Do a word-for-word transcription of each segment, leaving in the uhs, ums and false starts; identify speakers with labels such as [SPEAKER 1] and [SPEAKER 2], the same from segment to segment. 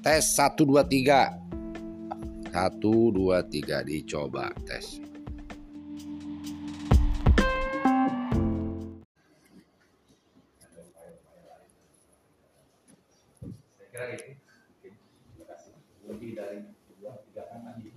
[SPEAKER 1] Tes satu dua tiga. satu dua tiga dicoba tes.
[SPEAKER 2] Saya kira gitu. Terima kasih. Lebih dari dua tiga anak di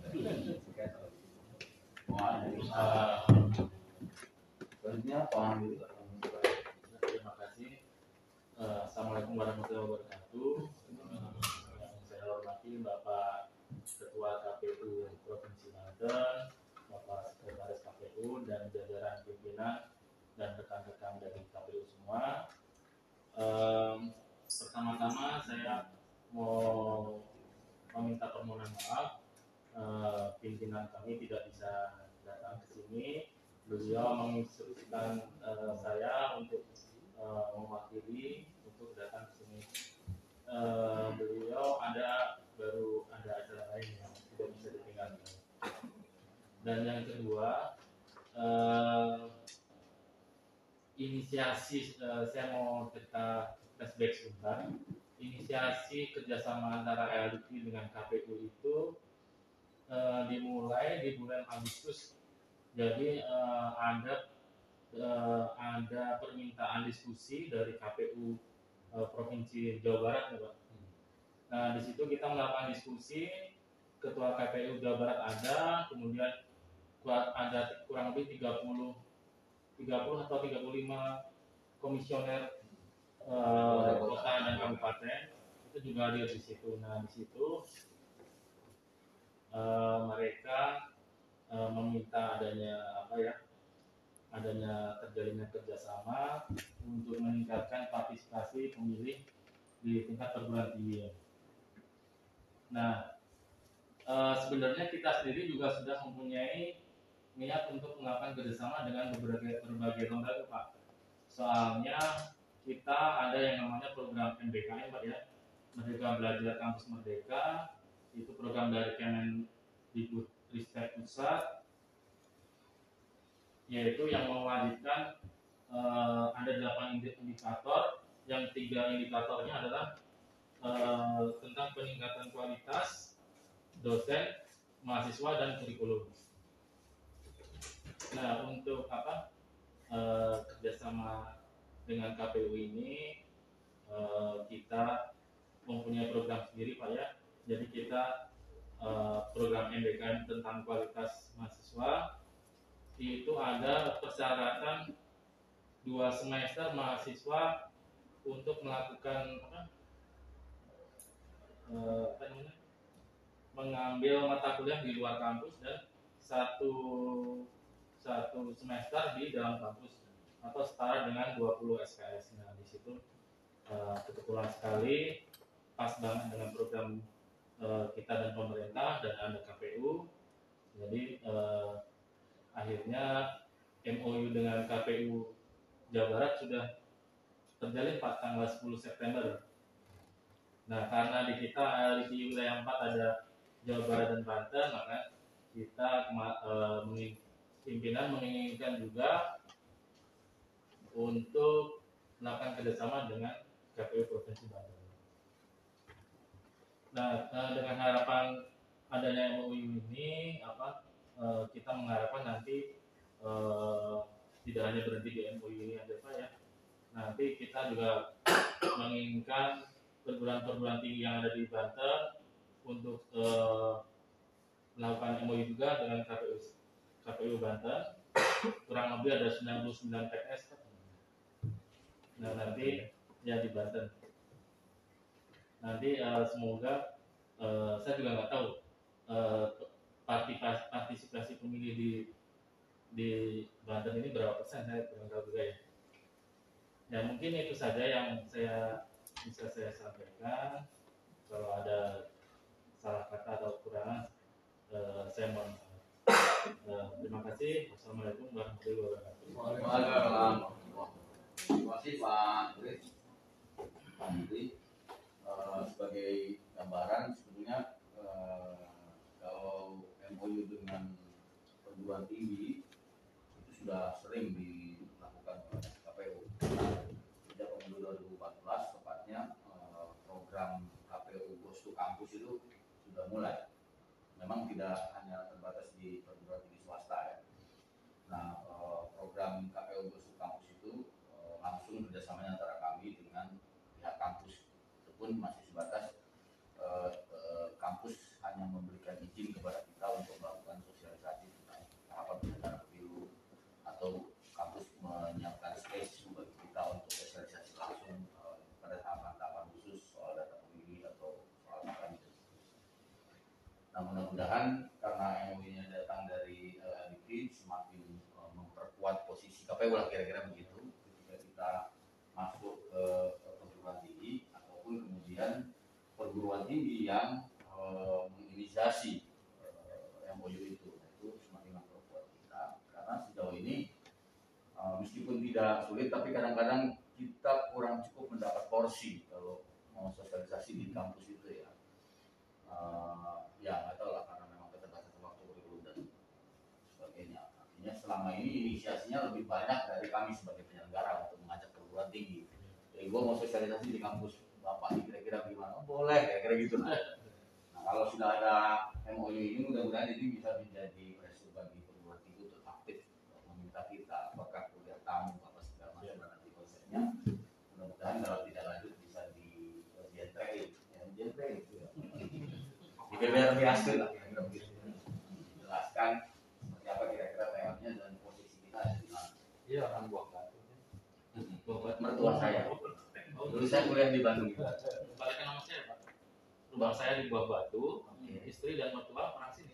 [SPEAKER 2] selanjutnya Pak terima kasih. Assalamualaikum warahmatullahi wabarakatuh. Yang saya hormati Bapak Ketua K P U Provinsi Banten, Bapak Sekretaris K P U dan jajaran pimpinan dan rekan-rekan dari K P U semua. Um, pertama-tama saya mau meminta permohonan maaf, uh, pimpinan kami tidak bisa datang ke sini. Beliau menginstruksikan uh, saya untuk uh, mewakili untuk datang ke sini. Uh, beliau ada baru ada acara lain yang tidak bisa ditinggalkan. Dan yang kedua, uh, inisiasi uh, saya mau cerita flashback sebentar. Inisiasi kerjasama antara L D P dengan K P U itu uh, dimulai di bulan Agustus. Jadi uh, ada uh, ada permintaan diskusi dari K P U uh, Provinsi Jawa Barat, ya Pak. Nah di situ kita melakukan diskusi. Ketua K P U Jawa Barat ada, kemudian ada kurang lebih tiga puluh atau tiga puluh lima komisioner uh, kota dan kabupaten itu juga hadir di situ. Nah di situ uh, mereka uh, meminta adanya apa ya, adanya terjalinnya kerjasama untuk meningkatkan partisipasi pemilih di tingkat perguruan tinggi. Nah uh, sebenarnya kita sendiri juga sudah mempunyai niat untuk melakukan kerjasama dengan berbagai berbagai lembaga, Pak. Soalnya kita ada yang namanya program M B K M, Pak, ya, Merdeka Belajar Kampus Merdeka. Itu program dari Kemendikbudristek Pusat, yaitu yang mewajibkan eh, ada delapan indikator. Yang tiga indikatornya adalah eh, tentang peningkatan kualitas dosen, mahasiswa, dan kurikulum. Nah untuk apa eh, kerjasama dengan K P U ini, eh, kita mempunyai program sendiri, Pak, ya. Jadi kita eh, program M B K M tentang kualitas mahasiswa itu ada persyaratan dua semester mahasiswa untuk melakukan apa, eh, apa namanya, mengambil mata kuliah di luar kampus dan satu satu semester di dalam kampus atau setara dengan dua puluh S K S. Nah di situ uh, kebetulan sekali pas banget dengan program uh, kita dan pemerintah dan ada K P U. Jadi uh, akhirnya M O U dengan K P U Jawa Barat sudah terjalin Pak tanggal sepuluh September. Nah karena di kita di wilayah empat ada Jawa Barat dan Banten, maka kita uh, pimpinan menginginkan juga untuk melakukan kerjasama dengan K P U Provinsi Banten. Nah, dengan harapan adanya M O U ini, apa kita mengharapkan nanti eh, tidak hanya berhenti di M O U ini aja, Pak, ya. Nanti kita juga menginginkan perguruan-perguruan tinggi yang ada di Banten untuk eh, melakukan M O U juga dengan K P U K P U Banten. Kurang lebih ada sembilan puluh sembilan P S. Nah nanti ya di Banten. Nanti uh, semoga uh, saya juga nggak tahu uh, partisipasi pemilih di di Banten ini berapa persen, saya kurang tahu juga, ya. Ya mungkin itu saja yang saya bisa saya sampaikan. Kalau ada salah kata atau kekurangan, uh, saya mohon. Uh, terima kasih. Wassalamualaikum warahmatullahi wabarakatuh.
[SPEAKER 3] Waalaikumsalam. Terima kasih Pak Chris. Pak Menteri, uh, sebagai gambaran sebetulnya uh, kalau M O U dengan perguruan tinggi itu sudah sering dilakukan oleh K P U. Sejak pemilu dua ribu empat belas tepatnya uh, program K P U Goes to Campus sudah mulai. Memang tidak hanya terbatas di perguruan tinggi swasta ya. Nah, eh, program K P U Bersih Kampus itu eh, langsung kerjasamanya antara kami dengan pihak kampus. Itu pun masih sebatas eh, eh, kampus hanya memberikan izin kepada kita untuk melakukan sosialisasi tentang tahapan penyelenggaraan pemilu, atau kampus menyiapkan space bagi kita untuk sosialisasi langsung eh, pada tahapan-tahapan khusus soal data pemilih atau soal apa itu. Nah, mudah-mudahan karena M O U-nya datang dari uh, Dikti semakin uh, memperkuat posisi K P U lah kira-kira begitu ketika kita masuk ke, ke perguruan tinggi, ataupun kemudian perguruan tinggi yang uh, menginisiasi uh, M O U itu. Nah, itu semakin memperkuat kita karena sejauh ini uh, meskipun tidak sulit, tapi kadang-kadang kita kurang cukup mendapat porsi kalau mau sosialisasi di kampus itu ya. Uh, ya nggak tahu lah, karena memang keterbatasan waktu kurikulum dan sebagainya. Artinya selama ini inisiasinya lebih banyak dari kami sebagai penyelenggara untuk mengajak perguruan tinggi. Jadi gue mau sosialisasi di kampus bapak ini kira-kira gimana? Oh, boleh, kira-kira gitu lah. Nah, kalau sudah ada M O U ini, mudah-mudahan ini bisa menjadi pressure bagi perguruan tinggi untuk aktif meminta kita apakah kuliah tamu apa segala macam nanti konsepnya. Mudah-mudahan kalau tidak lanjut bisa di gentrei, ya gentrei itu ya. Biar lebih asli lah kira-kira begitu. Jelaskan seperti apa kira-kira teorinya dan posisi kita ada di mana.
[SPEAKER 2] Iya, orang buah batu. Buah batu.
[SPEAKER 3] Mertua saya. Dulu saya kuliah di Bandung.
[SPEAKER 2] Balikkan nama saya, Pak. Rumah saya di Buah Batu, istri dan mertua orang sini.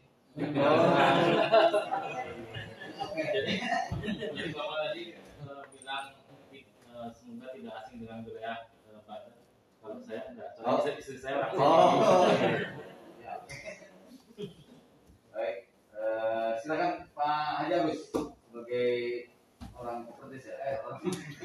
[SPEAKER 2] Jadi, jadi Bapak tadi uh, bilang uh, semoga tidak asing dengan wilayah uh, Banten. Kalau saya enggak, soalnya oh. istri saya orang sini.
[SPEAKER 3] Oh. Baik, uh, silakan Pak Haji Agus sebagai orang kompetisi ya. Eh, orang.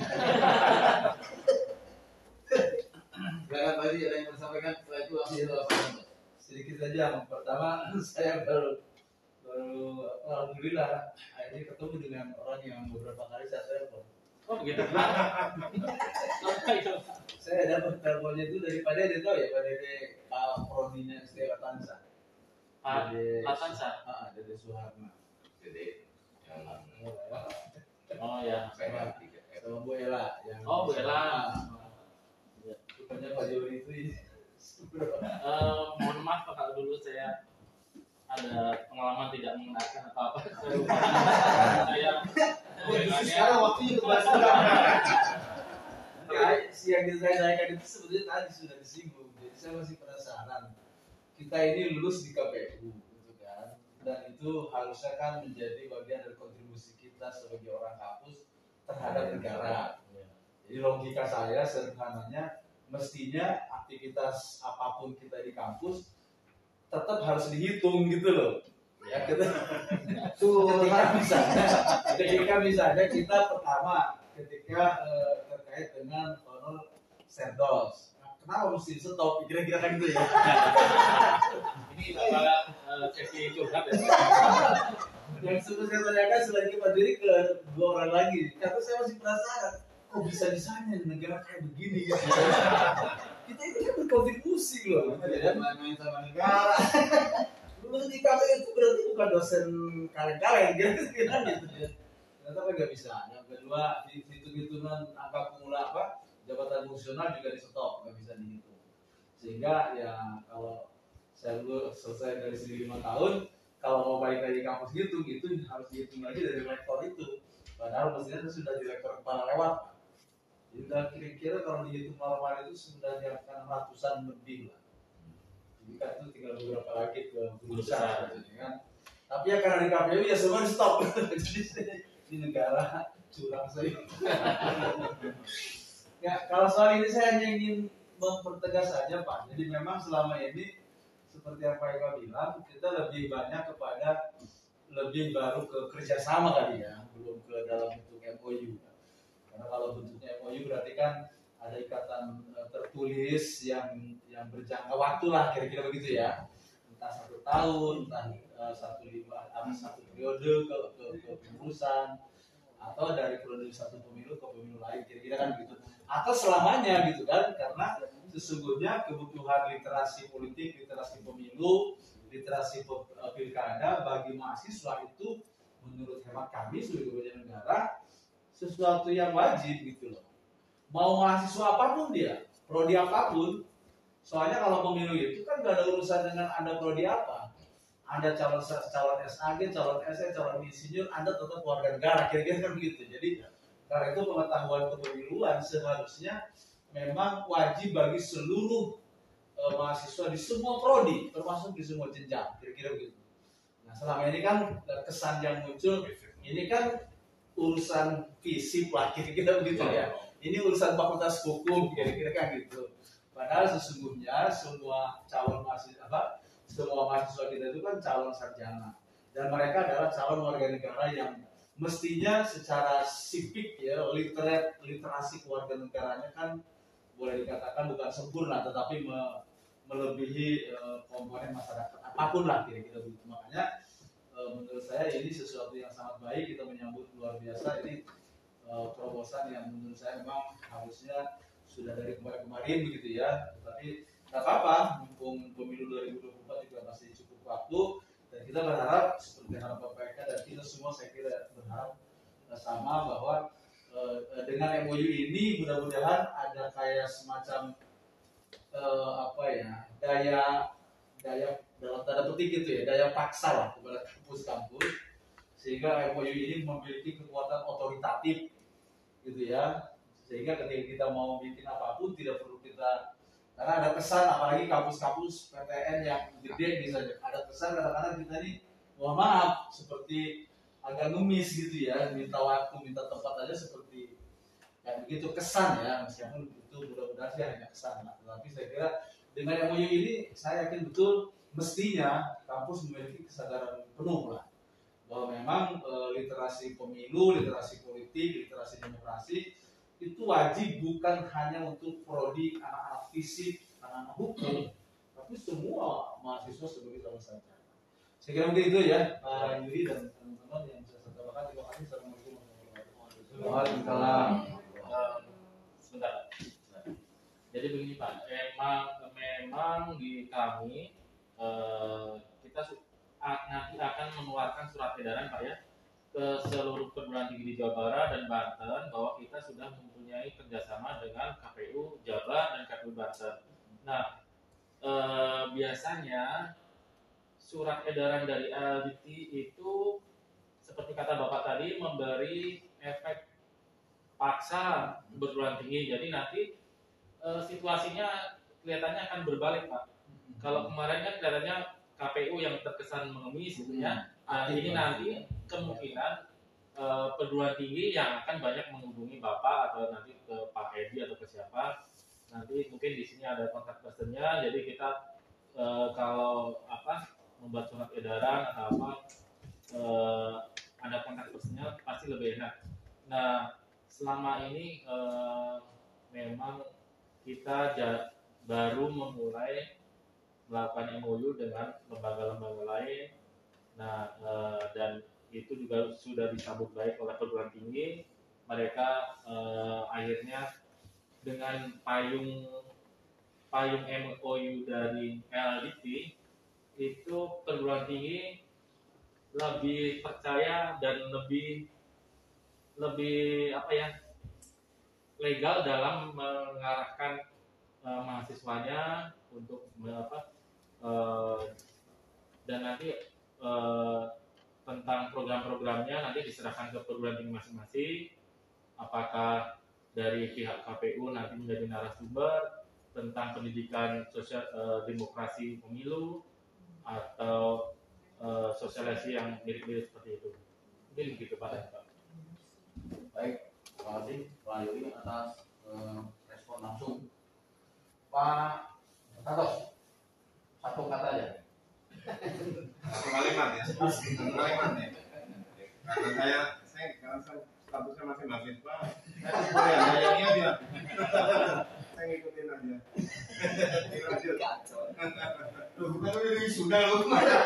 [SPEAKER 3] Silakan Pak Haji, ada yang mau disampaikan? Setelah itu langsung ke Pak.
[SPEAKER 4] Sedikit saja. Pertama, saya baru baru alhamdulillah akhirnya ketemu dengan orang yang beberapa kali saya telepon.
[SPEAKER 2] Oh begitu.
[SPEAKER 4] Saya dapat teleponnya itu dari Pak Dede, tahu ya Pak Dede, Pak Prodinya S T Latansa.
[SPEAKER 2] Pak Latansa.
[SPEAKER 4] Ah, Dede Suharna.
[SPEAKER 3] Dede.
[SPEAKER 2] Oh ya.
[SPEAKER 4] Sama, sama Bu Ella. Yang
[SPEAKER 2] Oh Bu Ella.
[SPEAKER 4] Rupanya Pak Jori itu.
[SPEAKER 2] Uh, mohon maaf kalau dulu saya ada pengalaman tidak mengenalkan atau apa. Saya lupa. Saya
[SPEAKER 4] sekarang waktunya kebas. Ya, yang saya tanyakan itu sebetulnya tadi sudah disinggung. Jadi saya masih penasaran. Kita ini lulus di K P U, gitu kan? Dan itu harusnya kan menjadi bagian dari kontribusi kita sebagai orang kampus terhadap negara. Jadi logika saya sederhananya, mestinya aktivitas apapun kita di kampus tetap harus dihitung gitu loh. Ya kita ketika misalnya, ketika misalnya kita pertama ketika eh, terkait dengan honor serdos, nah, kenapa mesti stop? Kira-kira kan gitu ya.
[SPEAKER 2] Ini adalah uh, sesi curhat ya.
[SPEAKER 4] Yang sudah saya tanyakan selain Pak Diri ke dua orang lagi, karena saya masih penasaran. Kok bisa bisanya negara kayak begini ya? Kita ini kan berkontribusi loh.
[SPEAKER 3] Tidak main-main sama negara.
[SPEAKER 4] Lulus di K P U itu berarti bukan dosen kaleng-kaleng gitu kan gitu ya. Ternyata kan nggak bisa. Yang kedua, hitung-hitungan angka kumula apa jabatan fungsional juga di stop, nggak bisa dihitung. Sehingga ya kalau saya dulu selesai dari sini lima tahun, kalau mau balik lagi kampus gitu, gitu harus dihitung lagi dari rektor itu. Padahal mestinya itu sudah direktur kepala lewat. Jadi udah kira-kira kalau dihitung normal itu sudah di angka enam ratusan lebih lah. Jadi kan itu tinggal beberapa lagi ke guru besar, gitu kan. Tapi ya karena di K P U ya semua di stop. Jadi di negara curang saya. Ya kalau soal ini saya hanya ingin mempertegas saja Pak. Jadi memang selama ini seperti yang Pak Eka bilang, kita lebih banyak kepada lebih baru ke kerjasama kali ya, belum ke dalam bentuk M O U. Karena kalau bentuknya M O U berarti kan ada ikatan uh, tertulis yang yang berjangka waktu lah kira-kira begitu ya, entah satu tahun, entah uh, satu lima, atau satu periode ke ke, ke pengurusan, atau dari periode satu pemilu ke pemilu lain kira-kira kan gitu, atau selamanya gitu kan, karena sesungguhnya kebutuhan literasi politik, literasi pemilu, literasi pilkada bagi mahasiswa itu menurut hemat kami sebagai kebijakan negara sesuatu yang wajib gitu loh. Mau mahasiswa apapun dia, prodi apapun. Soalnya kalau pemilu itu kan gak ada urusan dengan Anda prodi apa. Anda calon calon S A G, calon S E, calon insinyur, Anda tetap warga negara, kira-kira kan begitu. Jadi karena itu pengetahuan kepemiluan seharusnya memang wajib bagi seluruh e, mahasiswa di semua prodi, termasuk di semua jenjang, kira-kira begitu. Nah selama ini kan kesan yang muncul, ini kan urusan fisik lah, kira-kira begitu ya. Ini urusan fakultas hukum, kira-kira kan gitu. Padahal sesungguhnya semua calon mahasiswa apa, semua mahasiswa kita itu kan calon sarjana dan mereka adalah calon warga negara yang mestinya secara sipik ya, literat, literasi keluarga negaranya kan boleh dikatakan bukan sempurna tetapi me, melebihi e, komponen masyarakat apapun lah kira-kira begitu. Makanya e, menurut saya ini sesuatu yang sangat baik, kita menyambut luar biasa ini e, terobosan yang menurut saya memang harusnya sudah dari kemarin-kemarin begitu ya, tapi nggak apa-apa, mumpung pemilu dua ribu dua puluh empat juga masih cukup waktu dan kita berharap seperti harapan P K dan kita semua saya kira berharap sama bahwa eh, dengan M O U ini mudah-mudahan ada kayak semacam eh, apa ya daya daya dalam tanda petik gitu ya, daya paksa lah kepada kampus-kampus sehingga M O U ini memiliki kekuatan otoritatif gitu ya. Sehingga ketika kita mau bikin apapun tidak perlu kita, karena ada kesan apalagi kampus-kampus P T N yang gede misalnya, ada kesan kadang-kadang kita ini mohon maaf seperti agak ngemis gitu ya, minta waktu, minta tempat aja seperti kayak begitu kesan ya, meskipun itu mudah-mudahan sih hanya kesan lah. Tapi saya kira dengan M O U ini saya yakin betul mestinya kampus memiliki kesadaran penuh lah bahwa memang e, literasi pemilu, literasi politik, literasi demokrasi itu wajib bukan hanya untuk prodi anak-anak fisik, anak-anak hukum, tapi semua mahasiswa sebagai calon sarjana. Saya kira mungkin itu ya, Pak Yuri dan teman-teman yang saya sampaikan. Terima kasih. Assalamualaikum warahmatullahi wabarakatuh.
[SPEAKER 2] Sebentar. Jadi begini Pak, memang memang di kami eh, kita nanti akan mengeluarkan surat edaran Pak ya ke seluruh perguruan tinggi di Jawa Barat dan Banten bahwa kita sudah mempunyai kerjasama dengan K P U Jabar dan K P U Banten. Nah, eh, biasanya surat edaran dari L D T itu seperti kata Bapak tadi memberi efek paksa perguruan tinggi. Jadi nanti eh, situasinya kelihatannya akan berbalik Pak. Kalau kemarin kan kelihatannya K P U yang terkesan mengemis gitu ya. Nah, ini nanti kemungkinan uh, perguruan tinggi yang akan banyak menghubungi Bapak atau nanti ke Pak Edi atau ke siapa. Nanti mungkin di sini ada kontak personnya. Jadi kita uh, kalau apa membuat surat edaran atau apa uh, ada kontak personnya pasti lebih enak. Nah, selama ini uh, memang kita ja- baru memulai melakukan M O U dengan lembaga-lembaga lain. Nah, eh, dan itu juga sudah disambut baik oleh perguruan tinggi. Mereka eh, akhirnya dengan payung payung M O U dari L D T itu perguruan tinggi lebih percaya dan lebih lebih apa ya legal dalam mengarahkan eh, mahasiswanya untuk apa eh, dan nanti Uh, tentang program-programnya nanti diserahkan ke perguruan tinggi masing-masing. Apakah dari pihak K P U nanti menjadi narasumber tentang pendidikan sosial uh, demokrasi pemilu atau uh, sosialisasi yang mirip-mirip seperti itu. Mungkin begitu Pak.
[SPEAKER 3] Baik, terima kasih Pak Yuri atas uh, respon langsung. Pak Tatos, satu kata aja.
[SPEAKER 5] Kalimat ya, kalimat ya. Karena saya, saya karena saya statusnya masih mahasiswa, saya kayaknya dia. Saya ngikutin aja. Lanjut. Loh, bukan dari Sunda loh.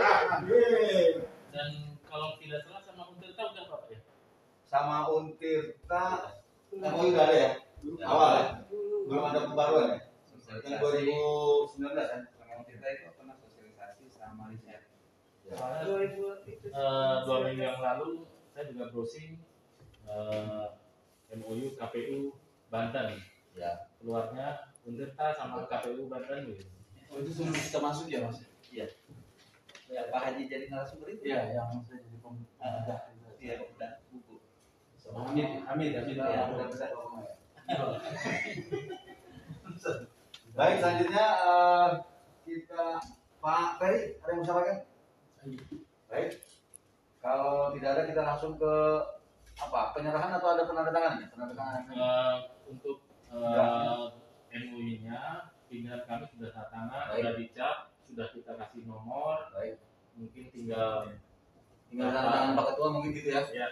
[SPEAKER 2] Dan kalau tidak salah sama Untirta udah apa ya?
[SPEAKER 3] Sama Untirta, kan udah ada ya? Awal ya? Belum ada pembaruan ya? Yang dua ribu sembilan belas kan?
[SPEAKER 6] Kalau kita itu pernah sosialisasi sama riset.
[SPEAKER 2] Soalnya eh, dua minggu yang lalu saya juga browsing eh, M O U K P U Banten.
[SPEAKER 3] Ya.
[SPEAKER 2] Keluarnya Untirta sama K P U Banten gitu.
[SPEAKER 4] Oh itu sebelum kita masuk ya mas?
[SPEAKER 6] Iya. Ya Pak Haji jadi narasumber itu.
[SPEAKER 4] Iya yang saya jadi pemuda.
[SPEAKER 6] Iya, udah buku.
[SPEAKER 4] Hamid, Hamid, Hamid.
[SPEAKER 6] Ya, udah besar.
[SPEAKER 3] Baik, selanjutnya eh, kita Pak Ferry ada yang mau sampaikan? Baik. Kalau tidak ada kita langsung ke apa? Penyerahan atau ada penandatangan? Penandatangan.
[SPEAKER 2] Eh, untuk eh, M O U-nya pimpinan kami sudah tanda tangan,
[SPEAKER 3] Baik.
[SPEAKER 2] sudah dicap, sudah kita kasih nomor,
[SPEAKER 3] Baik.
[SPEAKER 2] mungkin tinggal
[SPEAKER 3] Tinggal tanda tangan Pak Ketua mungkin gitu ya.
[SPEAKER 2] ya.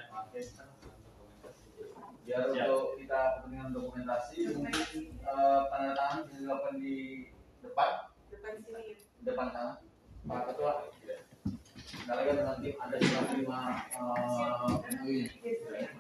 [SPEAKER 3] Biar
[SPEAKER 2] Siap.
[SPEAKER 3] untuk kita kepentingan dokumentasi mungkin eh, tanda tangan bisa dilakukan di depan,
[SPEAKER 7] Depan sini.
[SPEAKER 3] depan sana. Pak Ketua. Nah, lagi nanti ada lima lima M O U-nya.